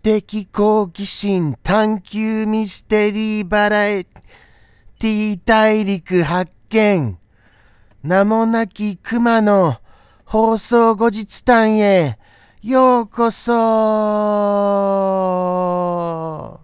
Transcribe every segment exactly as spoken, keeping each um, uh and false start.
的好奇心探求ミステリーバラエティ大陸発見。名もなき熊の放送後日談へようこそ。はい、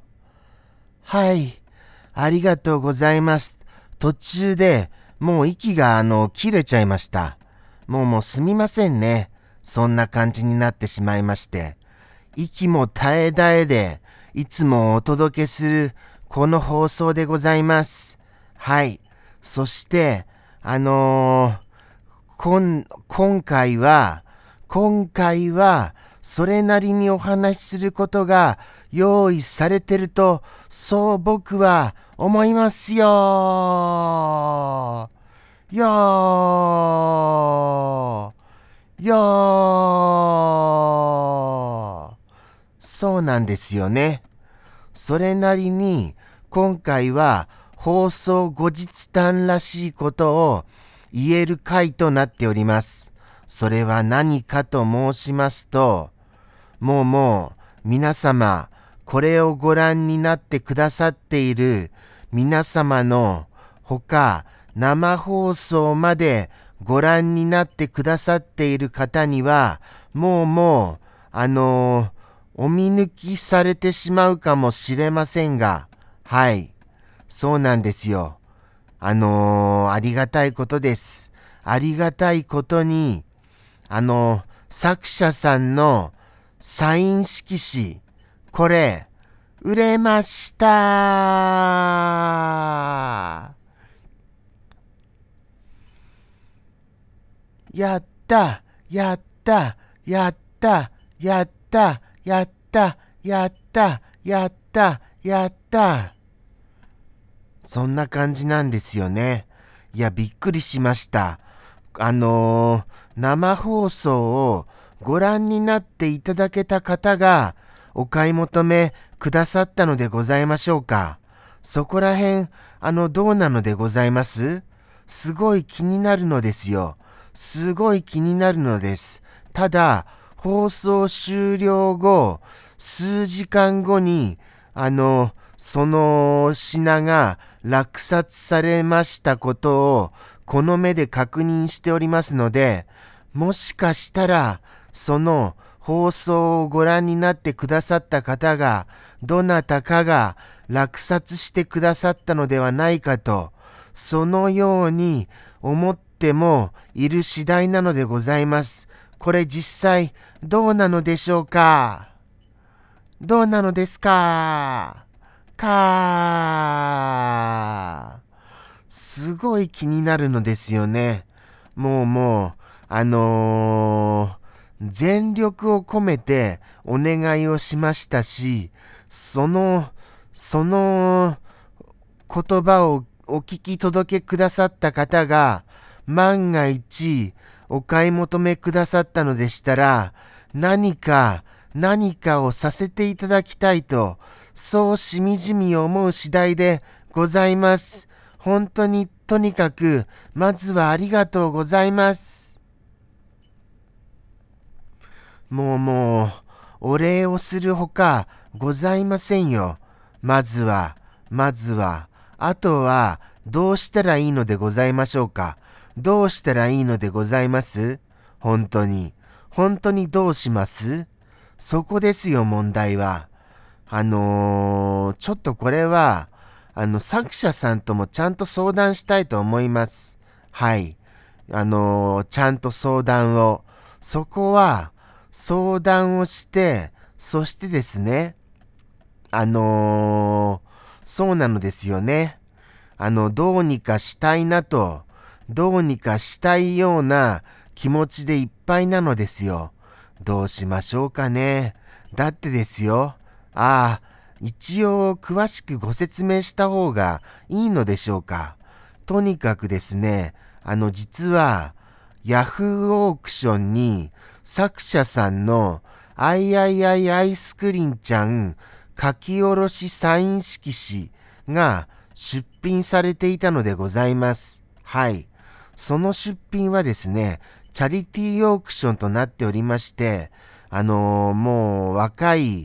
ありがとうございます。途中でもう息があの切れちゃいました。もうもうすみませんね。そんな感じになってしまいまして。息も絶え絶えでいつもお届けするこの放送でございます。はい。そしてあのー、こん今回は今回はそれなりにお話しすることが用意されてるとそう僕は思いますよーよーよーそうなんですよね。それなりに今回は放送後日談らしいことを言える回となっております。それは何かと申しますと、もうもう皆様これをご覧になってくださっている皆様のほか生放送までご覧になってくださっている方にはもうもうあのーお見抜きされてしまうかもしれませんが、はい、そうなんですよ。あのー、ありがたいことです。ありがたいことに、あのー、作者さんのサイン色紙、これ、売れました。やった、やった、やった、やった。やった、やった、やった、やった。そんな感じなんですよね。いや、びっくりしました。あのー、生放送をご覧になっていただけた方がお買い求めくださったのでございましょうか。そこらへん、あの、どうなのでございます？すごい気になるのですよ。すごい気になるのです。ただ、放送終了後、数時間後に、あの、その品が落札されましたことを、この目で確認しておりますので、もしかしたら、その放送をご覧になってくださった方が、どなたかが落札してくださったのではないかと、そのように思ってもいる次第なのでございます。これ実際どうなのでしょうか？どうなのですか？かー。すごい気になるのですよね。もうもう、あのー、全力を込めてお願いをしましたし、その、その言葉をお聞き届けくださった方が、万が一、お買い求めくださったのでしたら、何か、何かをさせていただきたいと、そうしみじみ思う次第でございます。本当に、とにかく、まずはありがとうございます。もうもう、お礼をするほかございませんよ。まずは、まずは、あとは、どうしたらいいのでございましょうか。どうしたらいいのでございます？本当に。本当にどうします？そこですよ、問題は。あのー、ちょっとこれは、あの、作者さんともちゃんと相談したいと思います。はい。あのー、ちゃんと相談を。そこは、相談をして、そしてですね、あのー、そうなのですよね。あの、どうにかしたいなと、どうにかしたいような気持ちでいっぱいなのですよ。どうしましょうかね。だってですよ。ああ、一応詳しくご説明した方がいいのでしょうか。とにかくですね、あの、実は、ヤフーオークションに作者さんのあいあいあいアイスクリンちゃん書き下ろしサイン色紙が出品されていたのでございます。はい。その出品はですね、チャリティーオークションとなっておりまして、あのー、もう若い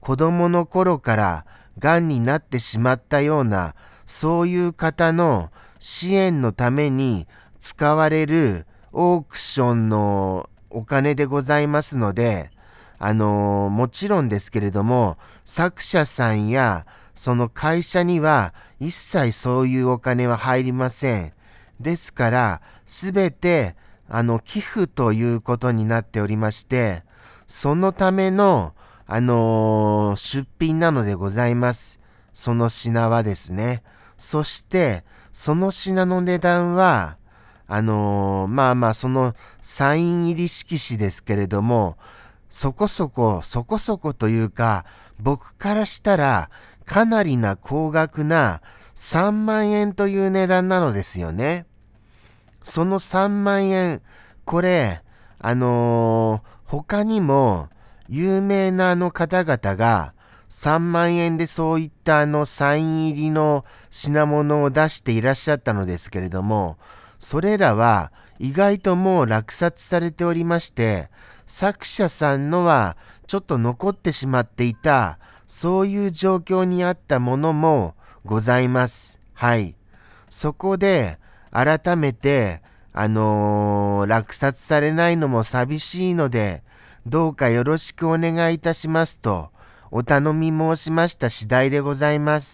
子供の頃からがんになってしまったような、そういう方の支援のために使われるオークションのお金でございますので、あのもちろんですけれども、作者さんやその会社には一切そういうお金は入りません。ですから、すべてあの寄付ということになっておりまして、そのためのあのー出品なのでございます。その品はですね。そして、その品の値段は、あのーまあまあ、そのサイン入り色紙ですけれども、そこそこ、そこそこというか、僕からしたら、かなりな高額なさんまんえんという値段なのですよね。そのさんまんえん、これ、あのー他にも有名なあの方々がさんまんえんでそういったあのサイン入りの品物を出していらっしゃったのですけれども、それらは意外ともう落札されておりまして、作者さんのはちょっと残ってしまっていた、そういう状況にあったものもございます。はい。そこで改めて、あのー落札されないのも寂しいので、どうかよろしくお願いいたしますと、お頼み申しました次第でございます。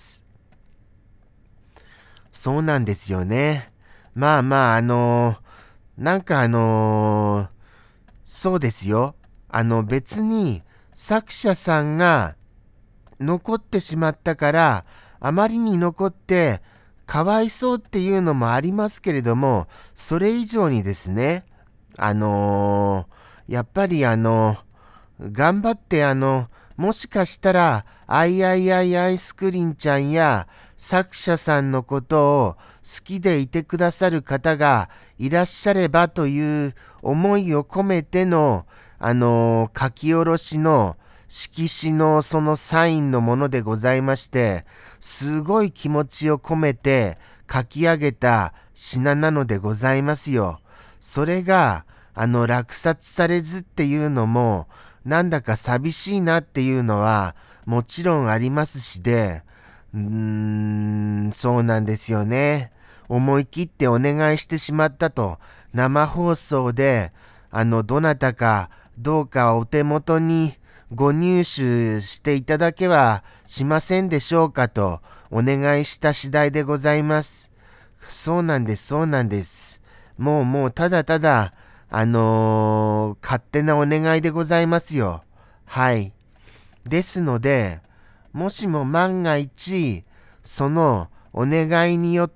そうなんですよね。まあまあ、あのーなんかあのーそうですよ。あの別に作者さんが残ってしまったから、あまりに残ってかわいそうっていうのもありますけれども、それ以上にですね、あのーやっぱりあの、頑張ってあの、もしかしたら、アイアイアイアイスクリンちゃんや作者さんのことを好きでいてくださる方がいらっしゃればという思いを込めての、あのー書き下ろしの色紙のそのサインのものでございまして、すごい気持ちを込めて書き上げた品なのでございますよ。それが、あの、落札されずっていうのも、なんだか寂しいなっていうのは、もちろんありますしで、うーん、そうなんですよね。思い切ってお願いしてしまったと、生放送で、あの、どなたか、どうかお手元にご入手していただけはしませんでしょうかと、お願いした次第でございます。そうなんです、そうなんです。もうもうただただ、あのー勝手なお願いでございますよ。はい。ですので、もしも万が一、そのお願いによって、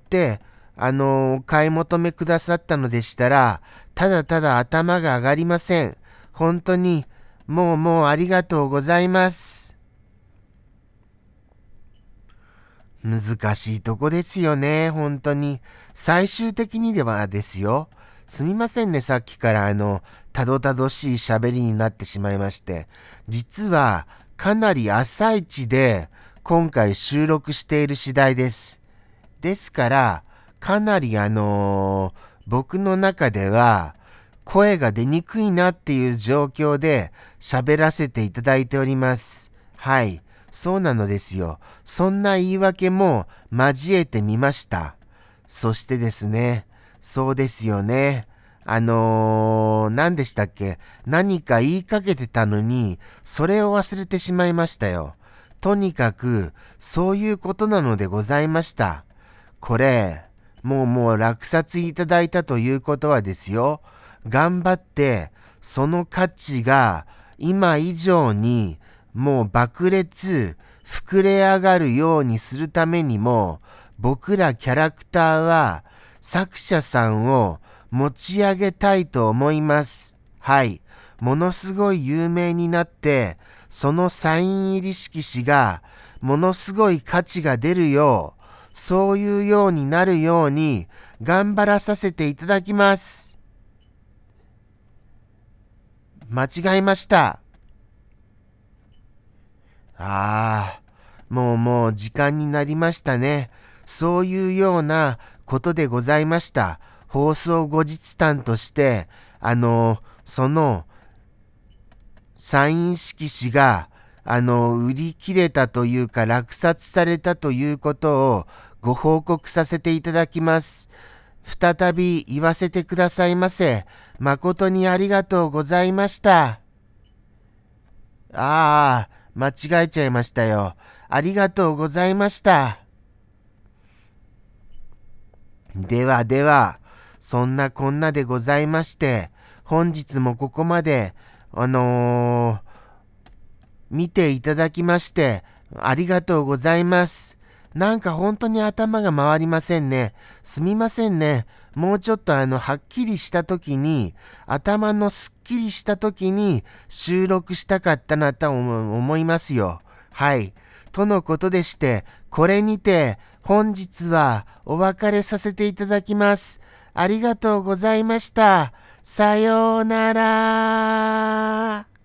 あのーお買い求めくださったのでしたら、ただただ頭が上がりません。本当に、もうもうありがとうございます。難しいとこですよね、本当に。最終的にではですよ。すみませんね、さっきからあの、たどたどしい喋りになってしまいまして。実は、かなり朝一で、今回収録している次第です。ですから、かなりあのー僕の中では、声が出にくいなっていう状況で喋らせていただいております。はい。そうなのですよ。そんな言い訳も交えてみました。そしてですね、そうですよね。あのー、何でしたっけ？何か言いかけてたのに、それを忘れてしまいましたよ。とにかく、そういうことなのでございました。これ、もうもう落札いただいたということはですよ。頑張って、その価値が今以上にもう爆裂、膨れ上がるようにするためにも、僕らキャラクターは作者さんを持ち上げたいと思います。はい。ものすごい有名になって、そのサイン入り色紙がものすごい価値が出るよう、そういうようになるように頑張らさせていただきます。間違えました。ああ、もうもう時間になりましたね。そういうようなことでございました。放送後日談として、あの、その、サイン色紙が、 あの、売り切れたというか落札されたということをご報告させていただきます。再び言わせてくださいませ。誠にありがとうございました。ああ、間違えちゃいましたよ。ありがとうございました。ではでは、そんなこんなでございまして、本日もここまで、あのー、見ていただきまして、ありがとうございます。なんか本当に頭が回りませんね。すみませんね。もうちょっとあの、はっきりしたときに、頭のすっきりしたときに収録したかったなと思いますよ。はい。とのことでして、これにて本日はお別れさせていただきます。ありがとうございました。さようなら。